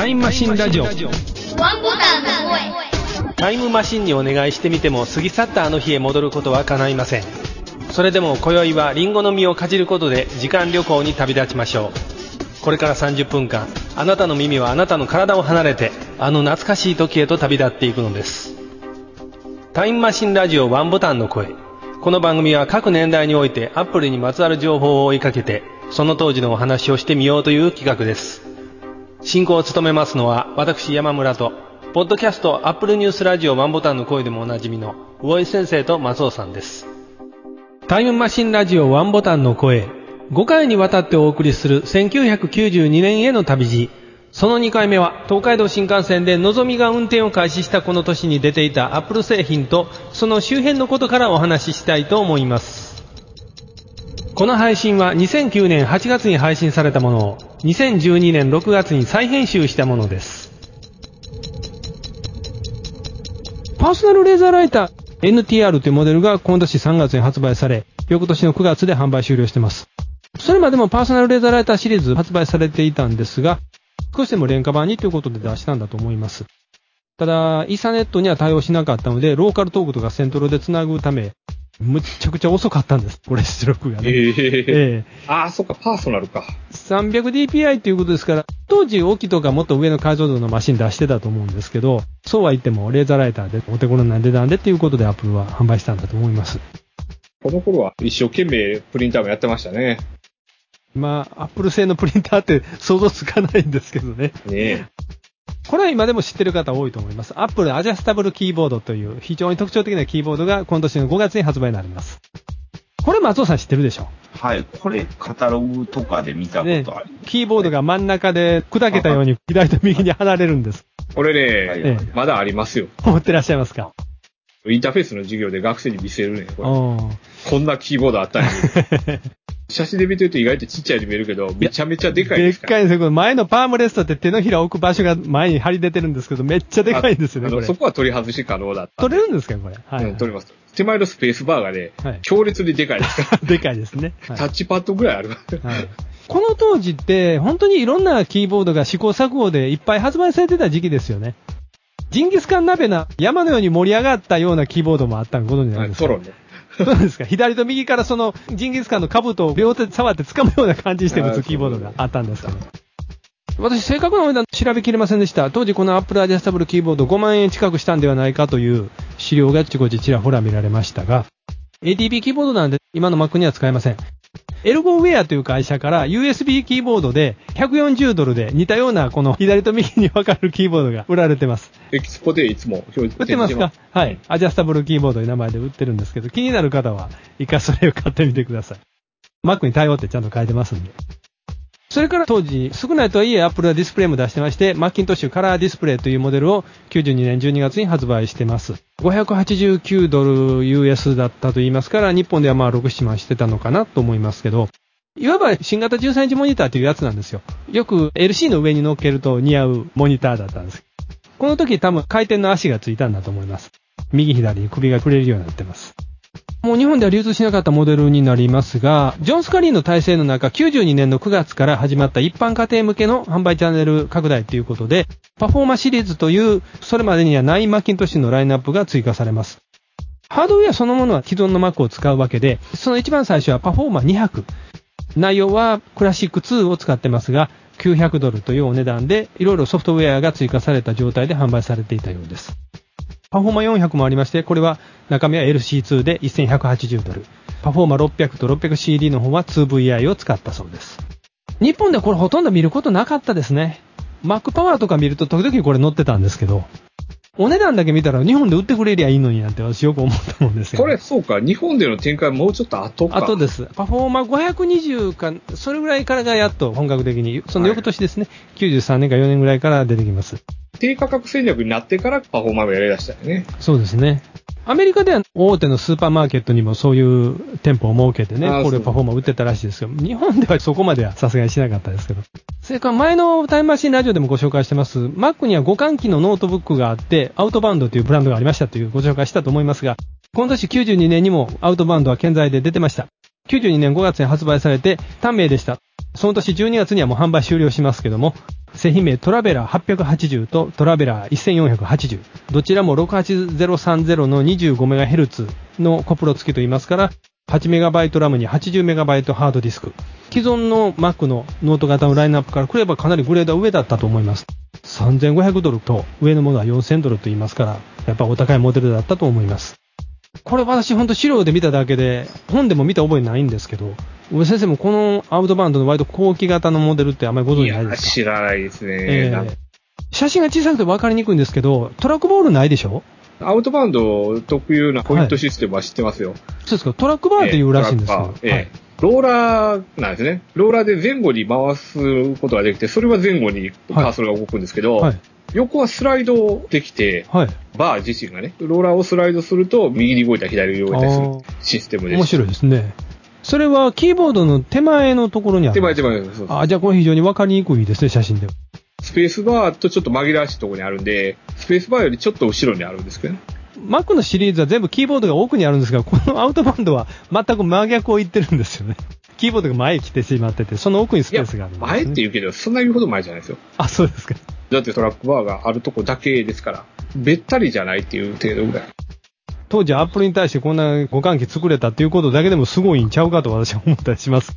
イムマシンラジオ。 ワンボタンの声。 タイムマシンにお願いしてみても過ぎ去ったあの日へ戻ることは叶いません。それでも今宵はリンゴの実をかじることで時間旅行に旅立ちましょう。これから30分間、あなたの耳はあなたの体を離れて、あの懐かしい時へと旅立っていくのです。タイムマシンラジオワンボタンの声。この番組は各年代においてアップルにまつわる情報を追いかけて、その当時のお話をしてみようという企画です。進行を務めますのは私山村と、ポッドキャストアップルニュースラジオワンボタンの声でもおなじみの魚井先生と松尾さんです。タイムマシンラジオワンボタンの声、5回にわたってお送りする1992年への旅路。その2回目は東海道新幹線でのぞみが運転を開始したこの年に出ていたアップル製品とその周辺のことからお話ししたいと思います。この配信は2009年8月に配信されたものを2012年6月に再編集したものです。パーソナルレーザーライター NTR というモデルが今年3月に発売され、翌年の9月で販売終了しています。それまでもパーソナルレーザーライターシリーズ発売されていたんですが、少しでも廉価版にということで出したんだと思います。ただ、イーサネットには対応しなかったので、ローカルトークとかセントロでつなぐため、むっちゃくちゃ遅かったんです。これ出力がね。 ああ、そっか、パーソナルか。 300dpi ということですから、当時大きいとかもっと上の解像度のマシン出してたと思うんですけど、そうは言ってもレーザーライターでお手頃な値段でっていうことでアップルは販売したんだと思います。 この頃は一生懸命プリンターもやってましたね。 今、アップル製のプリンターって想像つかないんですけどね。 ねえ。 これは今でも知ってる方多いと思います。アップルアジャスタブルキーボードという非常に特徴的なキーボードが今年の5月に発売になります。これ松尾さん知ってるでしょ？ はい。これカタログとかで見たことある。 ね、キーボードが真ん中で砕けたように左と右に離れるんです。 これね、まだありますよ。 持ってらっしゃいますか？ インターフェースの授業で学生に見せるね。こんなキーボードあったり。写真で見てると意外とちっちゃいに見えるけど、めちゃめちゃでかいですから。 でっかいんですよ。前のパームレストって手のひらを置く場所が前に張り出てるんですけど、めっちゃでかいんですよね、これ。 そこは取り外し可能だった。 取れるんですか、これ。はい、 はい。取れます。手前のスペースバーがね、はい、強烈にでかいですから。 でかいですね。 はい、タッチパッドぐらいある。はい、 この当時って、本当にいろんなキーボードが試行錯誤でいっぱい発売されてた時期ですよね。ジンギスカン鍋な山のように盛り上がったようなキーボードもあったのご存知なんですか？ はい、トロンね。 そうですか。左と右からそのジンギスカンの兜を両手で触って掴むような感じにして打つキーボードがあったんですけど。私、正確なお値段調べきれませんでした。当時この Appleアジャスタブルキーボード5万円近くしたんではないかという資料がちこちちらほら見られましたが、ADB キーボードなんで今の Mac には使えません。エルゴウェアという会社から USB キーボードで$140で似たようなこの左と右に分かるキーボードが売られてます。 エキスポでいつも表示売ってますか？はい。アジャスタブルキーボードという名前で売ってるんですけど、気になる方は一回それを買ってみてください。Mac に対応ってちゃんと書いてますんで。それから当時少ないとはいえ Apple はディスプレイも出してまして、マッキントッシュカラーディスプレイというモデルを92年12月に発売してます。$589 だったと言いますから、日本ではまあ6、7万してたのかなと思いますけど、いわば新型13インチモニターというやつなんですよ。よく LC の上に乗っけると似合うモニターだったんです。この時多分回転の足がついたんだと思います。右左に首が振れるようになってます。もう日本では流通しなかったモデルになりますが、ジョン・スカリーの体制の中、92年の9月から始まった一般家庭向けの販売チャンネル拡大ということで、パフォーマシリーズという、それまでにはないマッキントッシュのラインナップが追加されます。ハードウェアそのものは既存の Mac を使うわけで、その一番最初はパフォーマ200。内容はクラシック2を使ってますが、$900というお値段で、いろいろソフトウェアが追加された状態で販売されていたようです。パフォーマ400もありまして、これは中身は LC2 で$1180。パフォーマ600と 600CD の方は 2VI を使ったそうです。日本でこれほとんど見ることなかったですね。Mac パワーとか見ると時々これ載ってたんですけど、お値段だけ見たら日本で売ってくれりゃいいのになんて私よく思ったもんですよ、ね。 これそうか、日本での展開はもうちょっと後か。 後です。パフォーマ520か、それぐらいからがやっと本格的に、その翌年ですね、はい、93年か4年ぐらいから出てきます。 低価格戦略になってからパフォーマーをやり出したよね。 そうですね。アメリカでは大手のスーパーマーケットにもそういう店舗を設けてね、これパフォーマー売ってたらしいですけど、日本ではそこまではさすがにしなかったですけど。それから前のタイムマシンラジオでもご紹介してます、Mac には互換機のノートブックがあって、アウトバウンドというブランドがありましたというご紹介したと思いますが、今年92年にもアウトバウンドは健在で出てました。 92年5月に発売されて短命でした。その年12月にはもう販売終了しますけども、製品名トラベラー880とトラベラー1480。どちらも68030の 25MHz のコプロ付きと言いますから、8MB ラムに 80MB ハードディスク。既存の Mac のノート型のラインナップから比べばかなりグレードは上だったと思います。$3500と上のものは$4000と言いますから、やっぱお高いモデルだったと思います。これ私ほんと資料で見ただけで、本でも見た覚えないんですけど、上先生もこのアウトバウンドの割と後期型のモデルってあんまりご存知ないですか？ 知らないですね。 写真が小さくて分かりにくいんですけど、トラックボールないでしょ？ アウトバウンド特有なポイントシステムは知ってますよ。 そうですか。トラックバーっていうらしいんですよ。 ローラーなんですね。ローラーで前後に回すことができて、それは前後にカーソルが動くんですけど、横はスライドできて、バー自身がね、ローラーをスライドすると右に動いたり左に動いたりするシステムです。 面白いですね。それはキーボードの手前のところにある。 手前です。 じゃあこれ非常に分かりにくいですね、写真では。 スペースバーとちょっと紛らわしいところにあるんで、スペースバーよりちょっと後ろにあるんですけどね。 Mac のシリーズは全部キーボードが奥にあるんですが、このアウトバウンドは全く真逆を言ってるんですよね。キーボードが前に来てしまってて、その奥にスペースがあるんです、ね。 前って言うけど、そんな言うほど前じゃないですよ。 そうですか。 だってトラックバーがあるとこだけですから、べったりじゃないっていう程度ぐらい。 当時アップルに対してこんな互換機作れたっていうことだけでもすごいんちゃうかと私は思ったりします。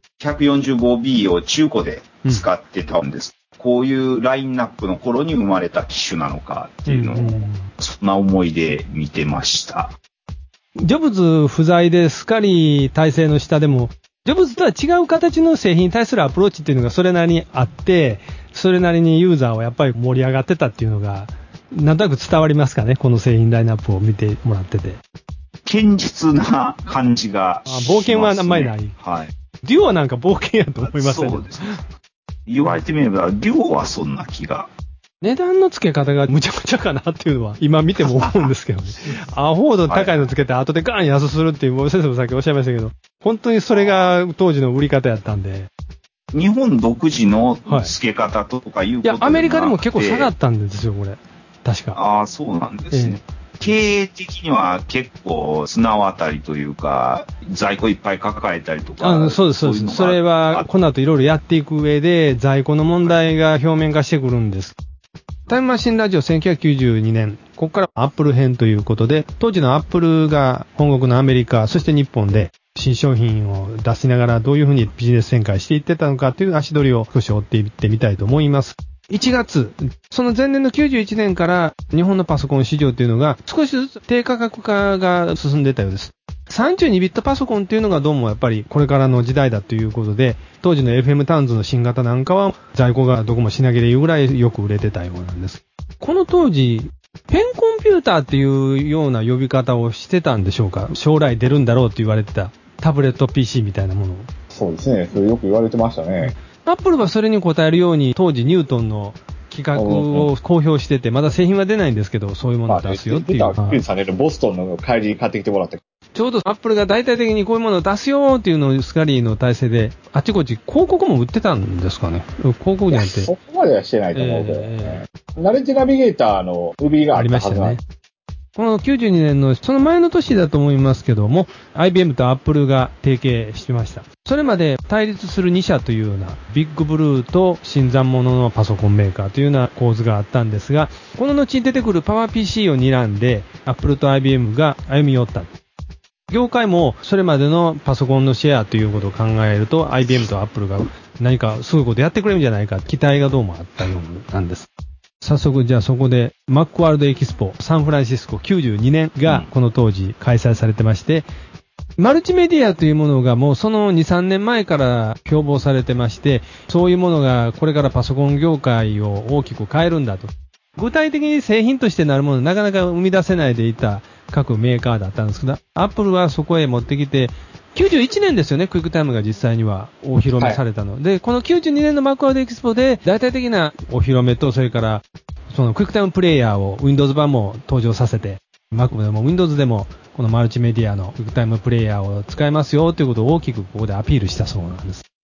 145B を中古で使ってたんです。こういうラインナップの頃に生まれた機種なのかっていうのを、そんな思いで見てました。 ジョブズ不在でスカリー体制の下でも、ジョブズとは違う形の製品に対するアプローチっていうのがそれなりにあって、それなりにユーザーはやっぱり盛り上がってたっていうのが、なんとなく伝わりますかね、この製品ラインナップを見てもらってて。 堅実な感じがしますね。 冒険はあんまりない。デュオはなんか冒険やと思いますね。 そうです。言われてみれば、デュオはそんな気が。 値段の付け方がむちゃくちゃかなっていうのは今見ても思うんですけどね。アホほど高いの付けて後でガーン安するっていう、先生もさっきおっしゃいましたけど、本当にそれが当時の売り方やったんで。 日本独自の付け方とかいうことでもなくて、 いや、アメリカでも結構下がったんですよ、これ。確か。 そうなんですね。経営的には結構綱渡りというか、在庫いっぱい抱えたりとか。 そうです。それは、この後いろいろやっていく上で、在庫の問題が表面化してくるんです。タイムマシンラジオ1992年、ここからアップル編ということで、当時のアップルが本国のアメリカ、そして日本で新商品を出しながらどういうふうにビジネス展開していってたのかという足取りを少し追っていってみたいと思います。1月、その前年の91年から日本のパソコン市場というのが少しずつ低価格化が進んでいたようです。32ビットパソコンというのがどうもやっぱりこれからの時代だということで、当時の FM タウンズの新型なんかは在庫がどこも品切れいうぐらいよく売れてたようなんです。この当時、ペンコンピューターっていうような呼び方をしてたんでしょうか？将来出るんだろうって言われてたタブレット PC みたいなものを。 そうですね。それよく言われてましたね。 アップルはそれに応えるように当時ニュートンの企画を公表してて、まだ製品は出ないんですけど、そういうものを出すよっていう。 出たクリスさんね、ボストンの帰りに買ってきてもらって。 ちょうどアップルが大々的にこういうものを出すよっていうのをスカリーの体制で、あちこち広告も売ってたんですかね。広告じゃなくて。 そこまではしてないと思うけどね。ナレッジナビゲーターの売りがあったはずなんです。 この92年のその前の年だと思いますけども、IBM と Apple が提携してました。それまで対立する2社というような、ビッグブルーと新参者のパソコンメーカーというような構図があったんですが、この後に出てくるパワー PC を睨んで、Apple と IBM が歩み寄った。業界もそれまでのパソコンのシェアということを考えると、IBM と Apple が何かすごいことやってくれるんじゃないか、期待がどうもあったようなんです。早速じゃあそこでマックワールドエキスポサンフランシスコ92年がこの当時開催されてまして、マルチメディアというものがもうその2、3年前から標榜されてまして、そういうものがこれからパソコン業界を大きく変えるんだと。具体的に製品としてなるものなかなか生み出せないでいた各メーカーだったんですけど、アップルはそこへ持ってきて、91年ですよね、クイックタイムが実際にはお披露目されたの。で、この92年のマックワールドエキスポで大体的なお披露目と、それからそのクイックタイムプレイヤーを Windows 版も登場させて、Mac でも Windows でもこのマルチメディアのクイックタイムプレイヤーを使えますよということを大きくここでアピールしたそうなんです。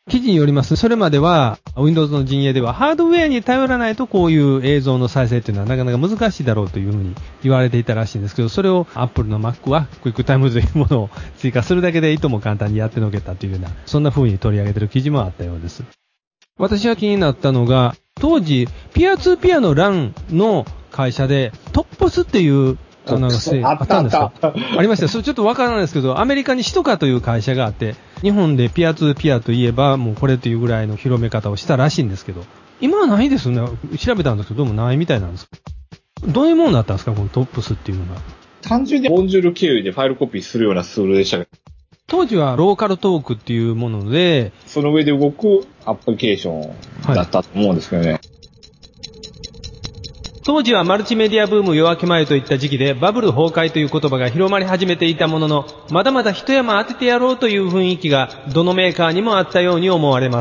記事によりますと、それまでは Windows の陣営ではハードウェアに頼らないとこういう映像の再生っていうのはなかなか難しいだろうというふうに言われていたらしいんですけど、それを Apple の Mac はクイックタイムというものを追加するだけでいとも簡単にやってのけたというような、そんな風に取り上げている記事もあったようです。私が気になったのが、当時、ピアツーピアの LAN の会社でトッポスっていうあったんですか？ありました。それちょっとわからないですけど、アメリカにシトカという会社があって、日本でピアツーピアといえば、もうこれというぐらいの広め方をしたらしいんですけど、今はないですね。調べたんですけど、どうもないみたいなんです。どういうものだったんですか、このトップスっていうのが。 単純にボンジュール経由でファイルコピーするようなツールでしたね。 当時はローカルトークっていうもので、 その上で動くアプリケーションだったと思うんですけどね。はい、 当時はマルチメディアブーム夜明け前といった時期でバブル崩壊という言葉が広まり始めていたものの、まだまだ一山当ててやろうという雰囲気がどのメーカーにもあったように思われます。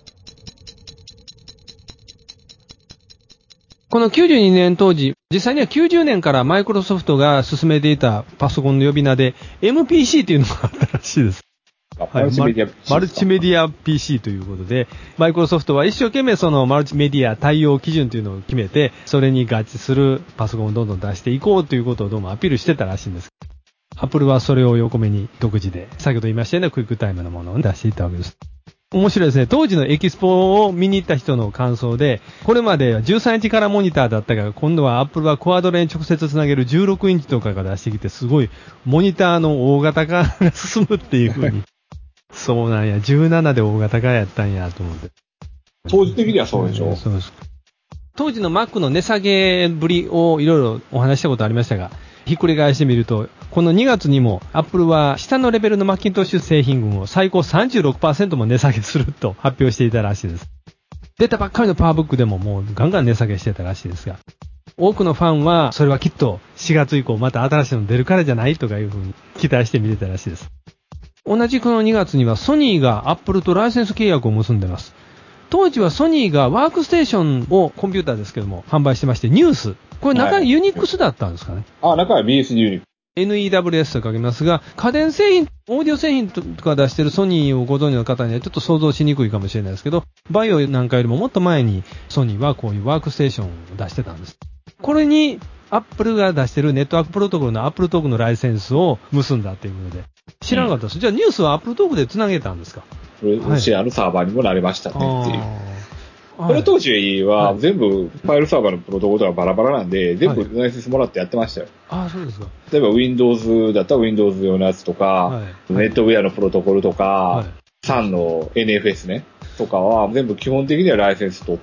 この92年当時、実際には90年からマイクロソフトが進めていたパソコンの呼び名で MPC というのがあったらしいです。マルチメディア PC ということで、マイクロソフトは一生懸命そのマルチメディア対応基準というのを決めて、それに合致するパソコンをどんどん出していこうということをどうもアピールしてたらしいんです。アップルはそれを横目に独自で、先ほど言いましたようなクイックタイムのものを出していったわけです。面白いですね。当時のエキスポを見に行った人の感想で、これまでは13インチカラーモニターだったが、今度はアップルはクアドレに直接つなげる16インチとかが出してきて、すごいモニターの大型化が進むっていう風に。そうなんや。17で大型化やったんやと思って。 当時的にはそうでしょ。 そうです。当時の Mac の値下げぶりをいろいろお話したことありましたが、ひっくり返してみると、この2月にも Apple は下のレベルのマッキントッシュ製品群を最高 36% も値下げすると発表していたらしいです。出たばっかりのパワーブックでももうガンガン値下げしてたらしいですが、多くのファンはそれはきっと4月以降また新しいの出るからじゃないとかいうふうに期待して見てたらしいです。同じこの2月にはソニーが Apple とライセンス契約を結んでます。当時はソニーがワークステーションをコンピューターですけども販売してまして、ニュース。これ中にユニックスだったんですかね。 はい、中は BS ユニックス。 NEWS と書きますが、家電製品、オーディオ製品とか出してるソニーをご存知の方にはちょっと想像しにくいかもしれないですけど、バイオなんかよりももっと前にソニーはこういうワークステーションを出してたんです。これにアップルが出してるネットワークプロトコルのアップルトークのライセンスを結んだっていうことで、知らなかったです。じゃあニュースはアップルトークで繋げたんですか？ ロシアのサーバーにもなりましたねっていう。この当時は全部ファイルサーバーのプロトコルとかバラバラなんで、全部ライセンスもらってやってましたよ。 ああ、そうですか。 例えば Windows だったら Windows 用のやつとか、ネットウェアのプロトコルとか、SAN の NFS ね、とかは全部基本的にはライセンス取って、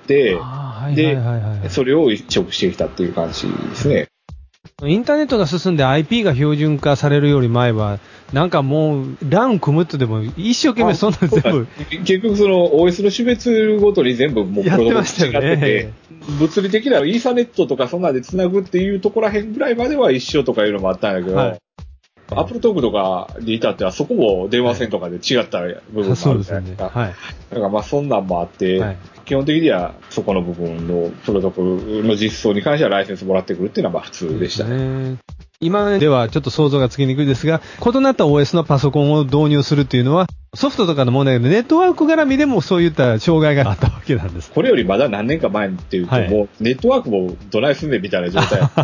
で、それを移植してきたっていう感じですね。 インターネットが進んで IP が標準化されるより前は、なんかもう、LAN 組むってでも一生懸命そんな全部。 結局その OS の種別ごとに全部もうプロトコル違ってて、物理的なイーサネットとかそんなんで繋ぐっていうところらへんぐらいまでは一緒とかいうのもあったんだけど、アップルトークとかに至ってはそこも電話線とかで違った部分もあるじゃないですか。だからまあそんなんもあって、基本的にはそこの部分のプロトコルの実装に関してはライセンスもらってくるっていうのはまあ普通でしたね。 今ではちょっと想像がつきにくいですが、異なった OS のパソコンを導入するっていうのは、ソフトとかの問題でネットワーク絡みでもそういった障害があったわけなんです。 これよりまだ何年か前っていうと、もうネットワークもどないすんねんみたいな状態だった。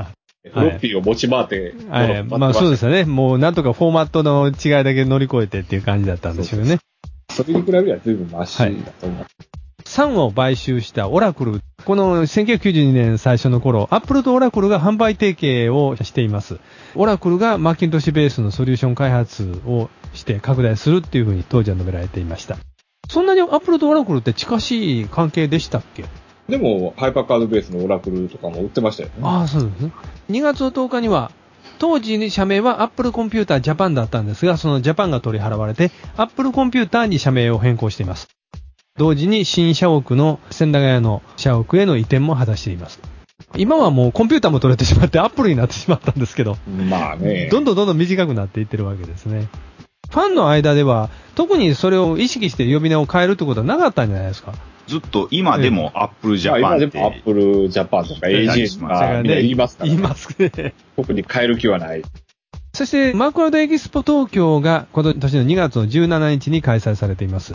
フロッピーを持ち回って、 まあそうですよね。もうなんとかフォーマットの違いだけ乗り越えてっていう感じだったんでしょうね。 それに比べれば随分マシだと思います。 SAN を買収したオラクル。この1992年最初の頃、アップルとオラクルが販売提携をしています。オラクルがマッキントッシュベースのソリューション開発をして拡大するっていうふうに当時は述べられていました。そんなにアップルとオラクルって近しい関係でしたっけ？ でも、ハイパーカードベースのオラクルとかも売ってましたよね。 ああ、そうですね。2月10日には、当時に社名はアップルコンピュータージャパンだったんですが、そのジャパンが取り払われて、アップルコンピューターに社名を変更しています。同時に新社屋の千駄ヶ谷の社屋への移転も果たしています。今はもうコンピューターも取れてしまってアップルになってしまったんですけど、 まあね。 どんどん短くなっていってるわけですね。ファンの間では、特にそれを意識して呼び名を変えるってことはなかったんじゃないですか。 ずっと今でもアップルジャパンって。 今でもアップルジャパンとか AG とかみんな言いますからね。 言いますね。 特に変える気はない。 そして、マクワードエキスポ東京が今年の2月の17日に開催されています。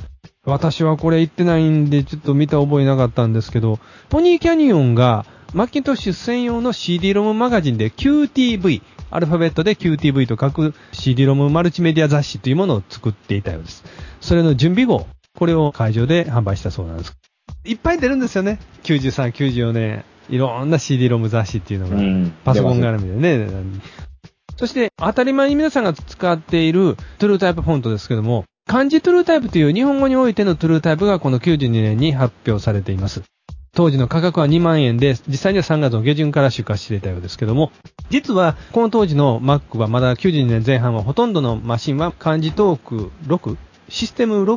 私はこれ行ってないんで、ちょっと見た覚えなかったんですけど、ポニーキャニオンがマッキントッシュ専用の CD-ROM マガジンで QTV、アルファベットで QTV と書く CD-ROM マルチメディア雑誌というものを作っていたようです。それの準備号、これを会場で販売したそうなんです。いっぱい出るんですよね。93、94年。いろんな CD-ROM 雑誌っていうのが、パソコン絡みでね。そして、当たり前に皆さんが使っているトゥルータイプフォントですけども、漢字トゥルータイプという日本語においてのトゥルータイプがこの92年に発表されています。当時の価格は2万円で、実際には3月の下旬から出荷していたようですけども、実はこの当時の Mac はまだ92年前半はほとんどのマシンは漢字トーク6、システム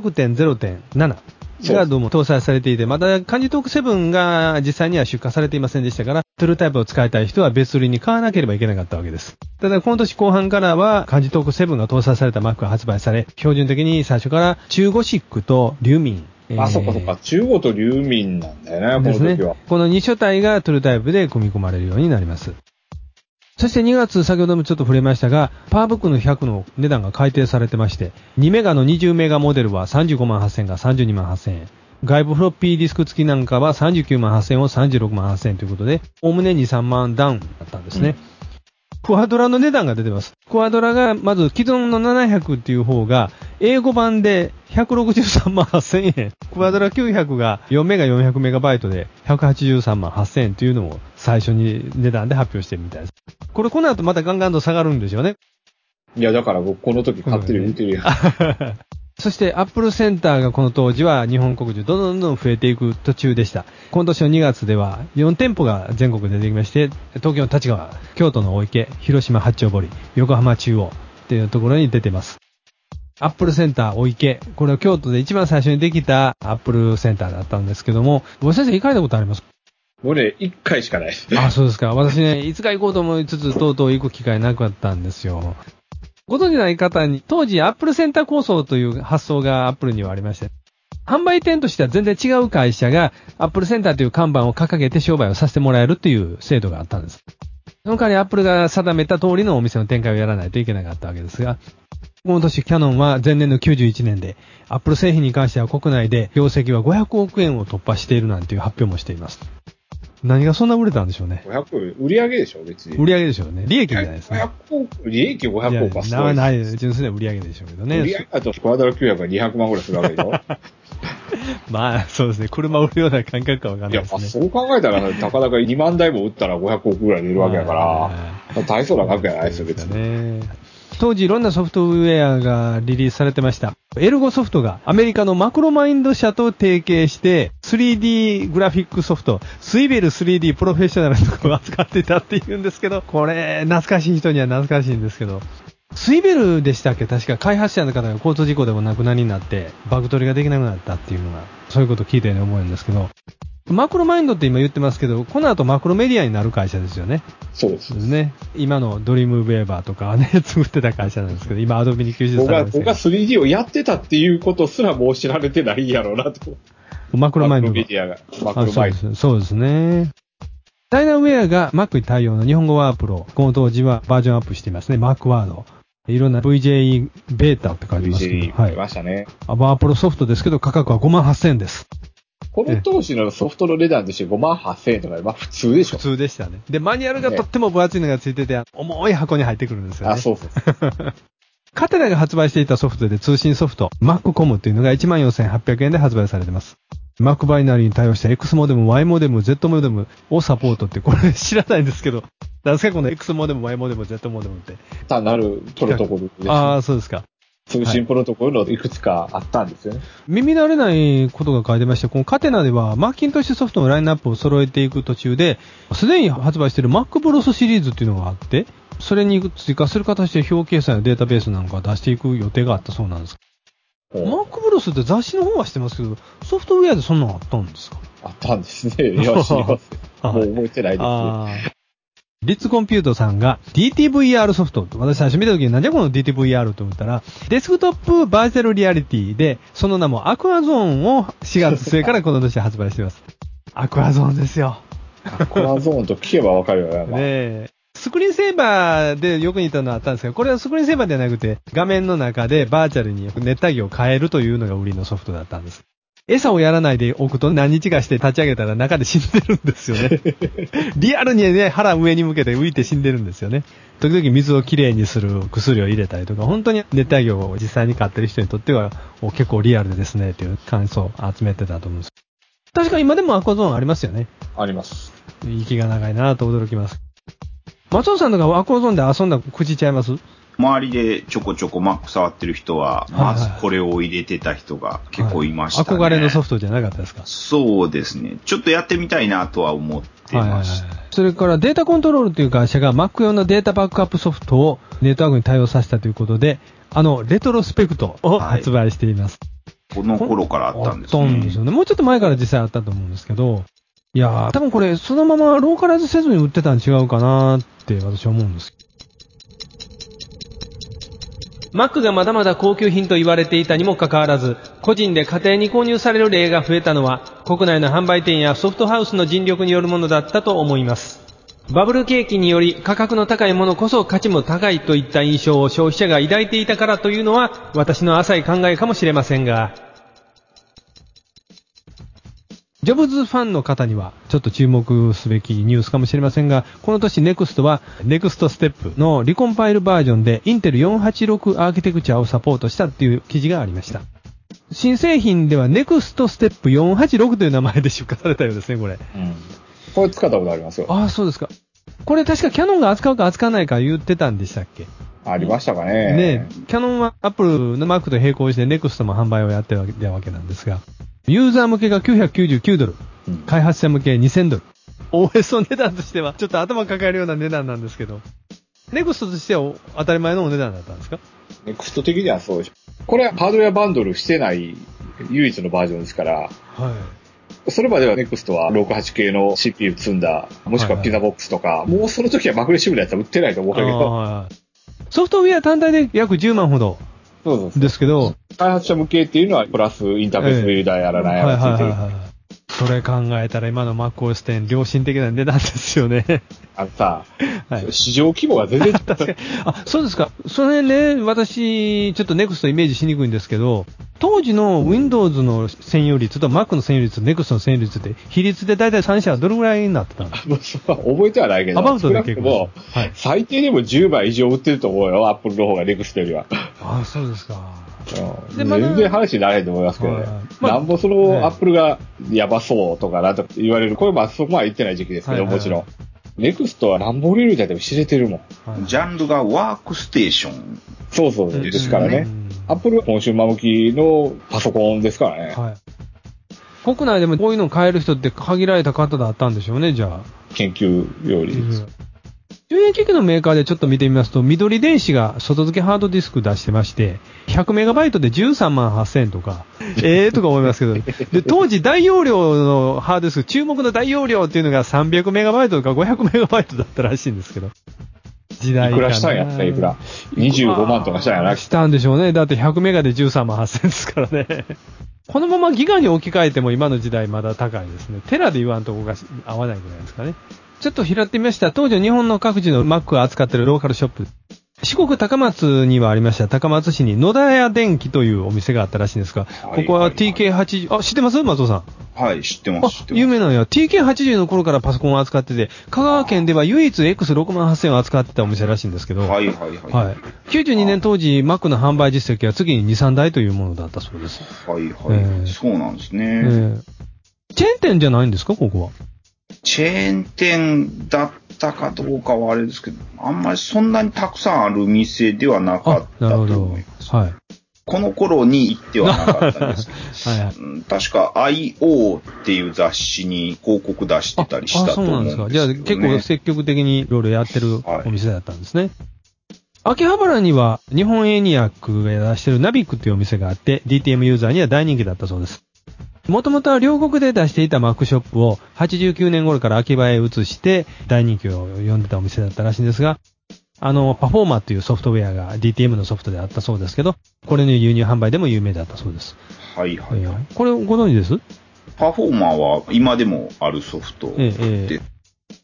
6.0.7 がどうも搭載されていて、まだ漢字トーク7が実際には出荷されていませんでしたから、トゥルータイプを使いたい人は別売りに買わなければいけなかったわけです。ただこの年後半からは漢字トーク7が搭載された Mac が発売され、標準的に最初から中5シックとリューミン、 そっか。中5とリューミンなんだよね、この時は。 この2書体がトゥルータイプで組み込まれるようになります。そして2月、先ほどもちょっと触れましたが、パワーブックの100の値段が改定されてまして、2メガの20メガモデルは35万8000円が32万8000円。外部フロッピーディスク付きなんかは39万8000円を36万8000円ということで、おおむね2、3万ダウンだったんですね。クワドラの値段が出てます。クワドラが、まず既存の700っていう方が、英語版で163万8000円。クワドラ900が4メガ400メガバイトで183万8000円というのを最初に値段で発表してるみたいです。この後またガンガンと下がるんでしょうね。 いや、だから僕この時買ってる見てるやん。 そしてアップルセンターがこの当時は日本国中どんどん増えていく途中でした。今年の2月では4店舗が全国で出てきまして、東京の立川、京都の大池、広島八丁堀、横浜中央っていうところに出てます。アップルセンター大池、これは京都で一番最初にできたアップルセンターだったんですけども、ご先生行かれたことあります？ 俺、1回しかない。 あ、そうですか。私ね、いつか行こうと思いつつ、とうとう行く機会なかったんですよ。ご存じない方に、当時アップルセンター構想という発想がアップルにはありまして、販売店としては全然違う会社がアップルセンターという看板を掲げて商売をさせてもらえるという制度があったんです。その代わりアップルが定めた通りのお店の展開をやらないといけなかったわけですが、この年キャノンは前年の91年で、アップル製品に関しては国内で業績は500億円を突破しているなんていう発表もしています。何がそんな売れたんでしょうね。 500億、売上でしょ別に。 売上でしょうね。利益じゃないですね。 500億、利益500億はすごい。 ないです。純粋な売上でしょうけどね。 売上だとクワドラ900が200万ぐらいするわけでしょまあ、そうですね。車売るような感覚かわかんないですね。 いや、そう考えたら、たかだか2万台も売ったら500億ぐらい出るわけだから、大層な額じゃないですよ、別に。 当時いろんなソフトウェアがリリースされてました。エルゴソフトがアメリカのマクロマインド社と提携して 3D グラフィックソフト、スイベル 3D プロフェッショナルとかを扱ってたって言うんですけど、これ懐かしい人には懐かしいんですけど、スイベルでしたっけ？確か開発者の方が交通事故でお亡くなりになってバグ取りができなくなったっていうのが、そういうことを聞いたように思うんですけど、マクロマインドって今言ってますけど、この後マクロメディアになる会社ですよね。 そうですね。今のドリームウェーバーとかね、作ってた会社なんですけど、今アドビに吸収されてます。 僕が 3D をやってたっていうことすらもう知られてないやろうなと。 マクロマインド。 マクロメディアが。マクロマインド。 そうですね。ダイナウェアが Mac に対応の日本語ワープロ。この当時はバージョンアップしていますね。Mac ワード。いろんな VJ ベータって書いてますけど。 VJ 出ましたね。 ワープロソフトですけど、価格は58,000円です。 この当時のソフトの値段として58,000円とか、まあ普通でしょ。 普通でしたね。で、マニュアルがとっても分厚いのがついてて、重い箱に入ってくるんですよね。 あ、そうそう。 カテナが発売していたソフトで通信ソフト、MacCom っていうのが 14,800 円で発売されてます。Mac バイナリーに対応した X モデム、Y モデム、Z モデムをサポートって、これ知らないんですけど、なんですかこの X モデム、Y モデム、Z モデムって。 単なるプロトコルです、ね。 ああ、そうですか。 通信プロトコルのいくつかあったんですよね。 耳慣れないことが書いてまして、このカテナではマッキントッシュソフトのラインナップを揃えていく途中で、すでに発売している MacBros シリーズっていうのがあって、それに追加する形で表計算のデータベースなんかを出していく予定があったそうなんです。MacBros って雑誌の方はしてますけど、ソフトウェアでそんなのあったんですか？ あったんですね。いや、知ります。もう覚えてないですね。 リッツコンピュートさんが DTVR ソフト。私最初見た時に何じゃこの DTVR と思ったら、デスクトップバーチャルリアリティで、その名もアクアゾーンを4月末からこの年発売しています。アクアゾーンですよ。 アクアゾーンと聞けばわかるよね。 ねえ。 スクリーンセーバーでよく似たのあったんですけど、これはスクリーンセーバーではなくて、画面の中でバーチャルに熱帯魚を変えるというのが売りのソフトだったんです。餌をやらないでおくと何日かして立ち上げたら中で死んでるんですよね。リアルにね、腹上に向けて浮いて死んでるんですよね。時々水をきれいにする薬を入れたりとか、本当に熱帯魚を実際に飼ってる人にとっては結構リアルですねっていう感想を集めてたと思うんです。確か今でもアクアゾーンありますよね。 あります。 息が長いなと驚きます。松尾さんとかアクアゾーンで遊んだ口ちゃいます？ 周りでちょこちょこ Mac 触ってる人は、まずこれを入れてた人が結構いましたね。 憧れのソフトじゃなかったですか？ そうですね。ちょっとやってみたいなとは思ってました。 それからデータコントロールという会社が Mac 用のデータバックアップソフトをネットワークに対応させたということで、レトロスペクトを発売しています。 この頃からあったんですね。 あったんですよね。もうちょっと前から実際あったと思うんですけど、いやー、多分これそのままローカライズせずに売ってたん違うかなって私は思うんです。Mac がまだまだ高級品と言われていたにもかかわらず、個人で家庭に購入される例が増えたのは、国内の販売店やソフトハウスの尽力によるものだったと思います。バブル景気により価格の高いものこそ価値も高いといった印象を消費者が抱いていたからというのは、私の浅い考えかもしれませんが、ジョブズファンの方にはちょっと注目すべきニュースかもしれませんが、この年 NEXT は NEXT STEP のリコンパイルバージョンでインテル486アーキテクチャをサポートしたっていう記事がありました。新製品では NEXT STEP 486という名前で出荷されたようですね、これ。 これ使ったことありますよ。 ああ、そうですか。これ確かキャノンが扱うか扱わないか言ってたんでしたっけ？ ありましたかね。 ね、キャノンは Apple の Mac と並行して NEXT も販売をやってるわけなんですが、ユーザー向けが$999、開発者向け$2000。OS の値段としてはちょっと頭抱えるような値段なんですけど、NEXT としては当たり前のお値段だったんですか ？NEXT 的にはそうでしょ。これはハードウェアバンドルしてない唯一のバージョンですから、はい。それまでは NEXT は68系の CPU 積んだ、もしくはピザボックスとか、もうその時はマグレッシブなやつは売ってないと思うんだけど、 ソフトウェア単体で約10万ほどですけど、 開発者向けっていうのはプラスインターフェースビルダーやらないやらついてる。 それ考えたら今の MacOS X 良心的な値段ですよね。 あのさ、市場規模が全然確かに。あ、そうですか。その辺ね、私、ちょっと NEXT イメージしにくいんですけど、当時の Windows の占有率と Mac の占有率、NEXT の占有率って、比率で大体3社はどれぐらいになってたんですか？ 覚えてはないけど、 アバウトで結構。 はい、最低でも10倍以上売ってると思うよ、Apple の方が NEXT よりは。 ああ、そうですか。 全然話にならないと思いますけどね。なんぼそのアップルがやばそうとかなんと言われる、これはそこまで言ってない時期ですけど、もちろん。ネクストはなんぼ売れるんだって知れてるもん。ジャンルがワークステーション。 そうそうですからね。アップルはコンシューマー向きのパソコンですからね。はい、 国内でもこういうのを買える人って限られた方だったんでしょうね、じゃあ。 研究より。 充電機器のメーカーでちょっと見てみますと、緑電子が外付けハードディスク出してまして、100メガバイトで13万8000円とか、とか思いますけど、で、当時大容量のハードディスク、注目の大容量っていうのが300メガバイトとか500メガバイトだったらしいんですけど、時代いくらしたんやったいくら ?25 万とかしたんやな。 したんでしょうね。だって100メガで13万8000円ですからね。このままギガに置き換えても今の時代まだ高いですね。テラで言わんとこが合わないぐらいですかね。ちょっと拾ってみました。当時日本の各地の Mac を扱っているローカルショップ。四国高松にはありました。高松市に野田屋電機というお店があったらしいんですが、ここは TK80、あ、知ってます松尾さん。 はい、知ってます。 有名なのは TK80 の頃からパソコンを扱ってて、香川県では唯一 X68000 を扱ってたお店らしいんですけど、 はいはいはい。 はい。92年当時 Mac の販売実績は次に2、3台というものだったそうです。 はいはい。そうなんですね。 チェーン店じゃないんですか、ここは。 チェーン店だったかどうかはあれですけど、あんまりそんなにたくさんある店ではなかったと思います。はい。この頃に行ってはなかったんですけど、はいはい、確か IO っていう雑誌に広告出してたりしたと思うんですよね。 そうなんですか。じゃあ結構積極的にいろいろやってるお店だったんですね。秋葉原には日本エニアックが出してるナビックっていうお店があって、DTM ユーザーには大人気だったそうです。もともとは両国で出していた Mac ショップを89年頃から秋葉へ移して大人気を呼んでたお店だったらしいんですが、パフォーマーっていうソフトウェアが DTM のソフトであったそうですけど、これの輸入販売でも有名だったそうです。 はいはい、はいこれご存知です？ パフォーマーは今でもあるソフトで、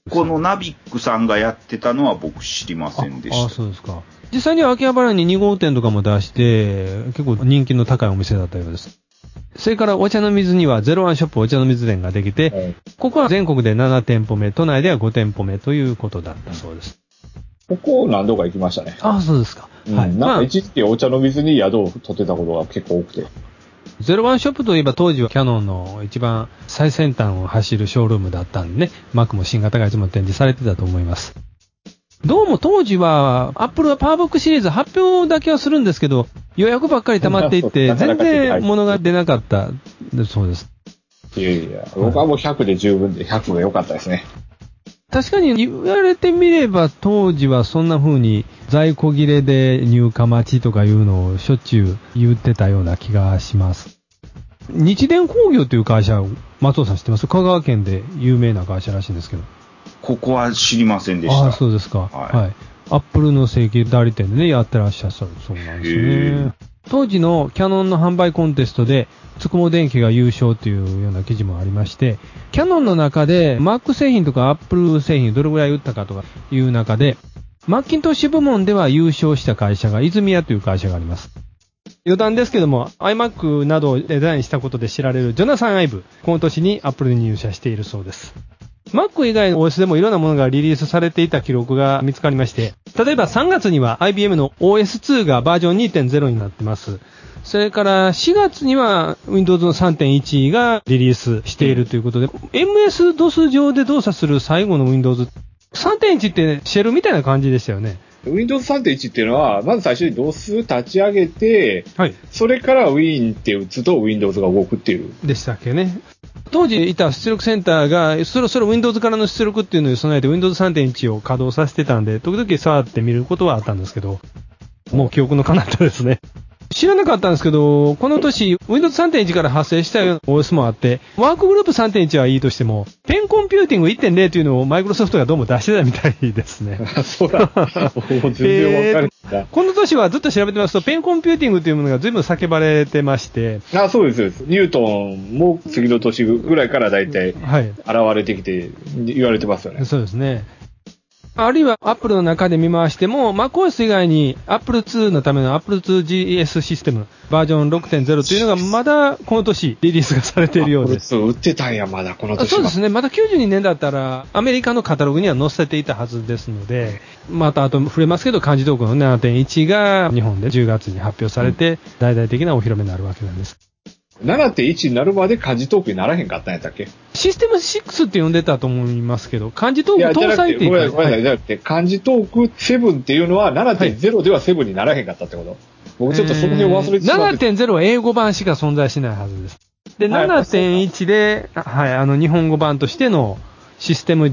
このナビックさんがやってたのは僕知りませんでした。 そうですか。実際には秋葉原に2号店とかも出して、結構人気の高いお店だったようです。それからお茶の水には01ショップお茶の水店ができて、ここは全国で7店舗目、都内では5店舗目ということだったそうです。 ここ何度か行きましたね。 そうですか。 はい。なんか一時期お茶の水に宿を取ってたことが結構多くて。 01ショップといえば当時はキヤノンの一番最先端を走るショールームだったんでね、Mac も新型がいつも展示されてたと思います。どうも当時は、Apple はパワーブックシリーズ発表だけはするんですけど、予約ばっかり溜まっていって、全然物が出なかったそうです。 いやいや、僕はもう100で十分で100が良かったですね。 確かに言われてみれば当時はそんな風に在庫切れで入荷待ちとかいうのをしょっちゅう言ってたような気がします。日電工業という会社を松尾さん知ってます？香川県で有名な会社らしいんですけど。 ここは知りませんでした。 そうですか。はい。アップルの正規代理店でね、やってらっしゃるそうなんですね。当時のキヤノンの販売コンテストで、つくも電機が優勝というような記事もありまして、キヤノンの中で Mac 製品とか Apple 製品どれぐらい売ったかとかいう中で、マッキントッシュ部門では優勝した会社が泉屋という会社があります。余談ですけども、iMac などをデザインしたことで知られるジョナサン・アイブ、この年に Apple に入社しているそうです。Mac 以外の OS でもいろんなものがリリースされていた記録が見つかりまして、例えば3月には IBM の OS2 がバージョン 2.0 になってます。それから4月には Windows の 3.1 がリリースしているということで、MS-DOS 上で動作する最後の Windows 3.1 ってシェルみたいな感じでしたよね。 Windows 3.1 っていうのは、まず最初に DOS 立ち上げて、それから Win って打つと Windows が動くっていう。 でしたっけね。当時いた出力センターが、そろそろ Windows からの出力っていうのに備えて Windows 3.1 を稼働させてたんで、時々触ってみることはあったんですけど、もう記憶の彼方ですね。知らなかったんですけど、この年、Windows 3.1 から発生したような OS もあって、ワークグループ 3.1 はいいとしても、ペンコンピューティング 1.0 というのをマイクロソフトがどうも出してたみたいですね。 そうだ。全然わかるんだ。 この年はずっと調べてますと、ペンコンピューティングというものが随分叫ばれてまして。 そうです、そうです。ニュートンも次の年ぐらいからだいたい現れてきて言われてますよね。 そうですね。あるいは Apple の中で見回しても MacOS 以外に Apple II のための Apple IIGS システムバージョン 6.0 というのがまだこの年リリースがされているようです。 売ってたんや、まだこの年は。 そうですね。まだ92年だったらアメリカのカタログには載せていたはずですので、また後触れますけど漢字トークの 7.1 が日本で10月に発表されて大々的なお披露目になるわけなんです。 7.1 になるまで漢字トークにならへんかったんやったっけ？ システム6って呼んでたと思いますけど、漢字トーク搭載って言ったら。 ごめんなさい、じゃなくて、漢字トーク7っていうのは 7.0 では7にならへんかったってこと？僕ちょっとその辺忘れてしまって。 7.0 は英語版しか存在しないはずです。で、7.1 で、日本語版としてのシステム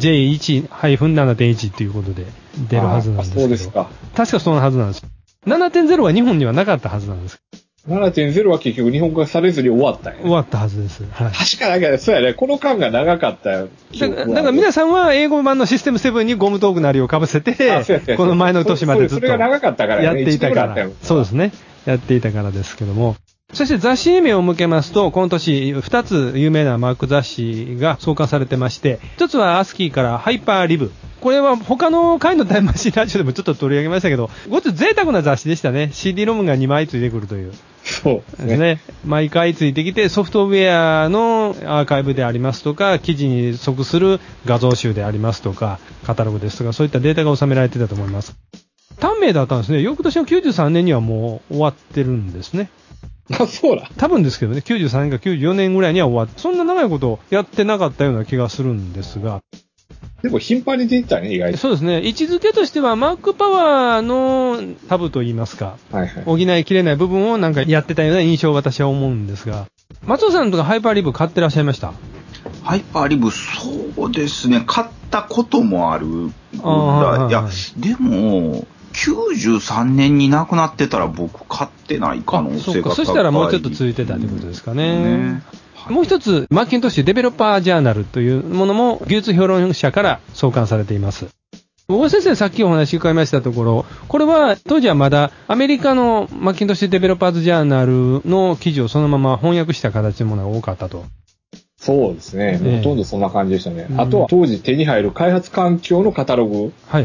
J1-7.1 っていうことで出るはずなんですけど。 そうですか。 確かそのはずなんです。7.0 は日本にはなかったはずなんです。 7.0 は結局日本語化されずに終わったんや、ね。 終わったはずです。 はい、確かだけど、そうやね。この間が長かったよ。 だから皆さんは英語版のシステム7にゴムトークなりを被せて、この前の年までずっとやっていたから。そうですね。やっていたからですけども。そして雑誌に目を向けますと、この年2つ有名なマーク雑誌が創刊されてまして、一つはアスキーからハイパーリブ。これは他の回のタイムマシンラジオでもちょっと取り上げましたけど、ごつ贅沢な雑誌でしたね。CD ロムが2枚ついてくるという。 そうですね。毎回ついてきて、ソフトウェアのアーカイブでありますとか、記事に即する画像集でありますとか、カタログですとか、そういったデータが収められてたと思います。短命だったんですね。翌年の93年にはもう終わってるんですね。 そうだ。 多分ですけどね、93年か94年ぐらいには終わって、そんな長いことやってなかったような気がするんですが。 でも頻繁に出てたね、意外と。 そうですね。位置づけとしては、マックパワーのタブといいますか、補いきれない部分をなんかやってたような印象を私は思うんですが、松尾さんとかハイパーリブ買ってらっしゃいました？ ハイパーリブ、そうですね、買ったこともあるぐらい。いや、でも、93年に亡くなってたら僕買ってない可能性が高い。 そしたらもうちょっと続いてたってことですかね。もう一つ、マッキントッシュデベロッパージャーナルというものも技術評論者から創刊されています。大橋先生、さっきお話伺いましたところ、これは当時はまだアメリカのマッキントッシュデベロッパーズジャーナルの記事をそのまま翻訳した形のものが多かったと。 そうですね。ほとんどそんな感じでしたね。あとは当時手に入る開発環境のカタログ。 はい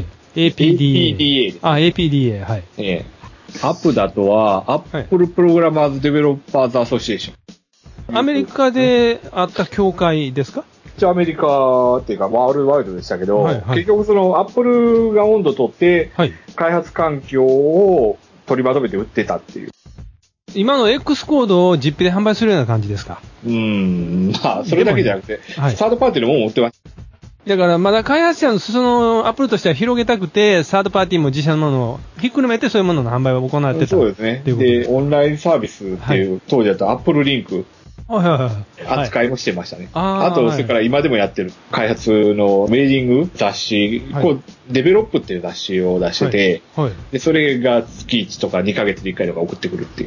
。APDA。あ、APDA、はい。 アップだとは、Apple Programmers Developers Association。 アメリカであった協会ですか？ 一応アメリカっていうかワールドワイドでしたけど、結局その Apple が温度取って、開発環境を取りまとめて売ってたっていう。 今の X コードを実費で販売するような感じですか？ まあ、それだけじゃなくて、サードパーティーのものを売ってます。 だからまだ開発者のそのアップルとしては広げたくて、サードパーティーも自社のものをひっくるめてそういうものの販売を行ってた。 そうですね。で、オンラインサービスっていう、当時だとアップルリンク。扱いもしてましたね。あと、それから今でもやってる開発のメーリング雑誌、デベロップっていう雑誌を出してて、で、それが月1とか2ヶ月に1回とか送ってくるっていう。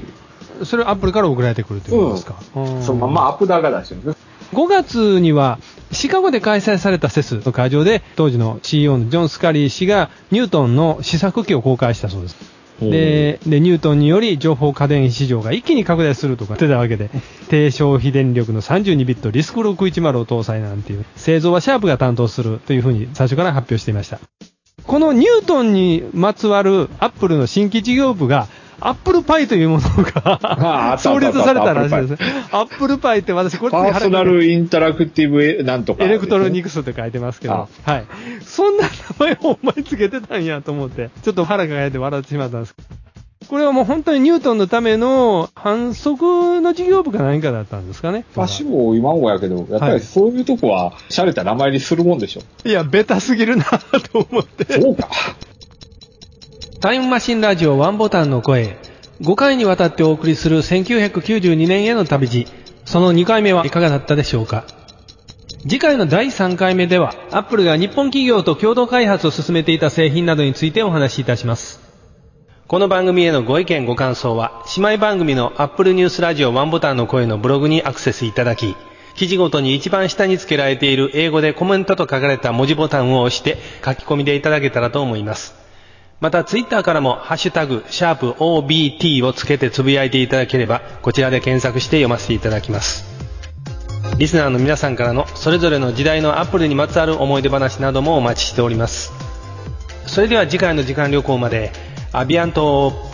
それアップルから送られてくるってことですか？ そのままアップダーが出してるんです。 5月にはシカゴで開催されたセスの会場で当時の CEO のジョン・スカリー氏がニュートンの試作機を公開したそうです。で、ニュートンにより情報家電市場が一気に拡大するとか言ってたわけで、低消費電力の32ビットリスク610を搭載なんていう、製造はシャープが担当するというふうに最初から発表していました。このニュートンにまつわるアップルの新規事業部がアップルパイというものが創立されたらしいです。アップルパイって私これパーソナルインタラクティブなんとか、 エレクトロニクスって書いてますけど、はい。そんな名前をお前つけてたんやと思って、ちょっと腹が抱いて笑ってしまったんです。これはもう本当にニュートンのための反則の事業部か何かだったんですかね。 私も今もやけど、やっぱりそういうとこは洒落た名前にするもんでしょ。 いや、ベタすぎるなと思って。 そうか。 タイムマシンラジオワンボタンの声。5回にわたってお送りする1992年への旅路。その2回目はいかがだったでしょうか。次回の第3回目では、アップルが日本企業と共同開発を進めていた製品などについてお話しいたします。この番組へのご意見ご感想は、姉妹番組のアップルニュースラジオワンボタンの声のブログにアクセスいただき、記事ごとに一番下に付けられている英語でコメントと書かれた文字ボタンを押して書き込みでいただけたらと思います。またツイッターからもハッシュタグ#OBT をつけてつぶやいていただければこちらで検索して読ませていただきます。リスナーの皆さんからのそれぞれの時代のアップルにまつわる思い出話などもお待ちしております。それでは次回の時間旅行までアビアント。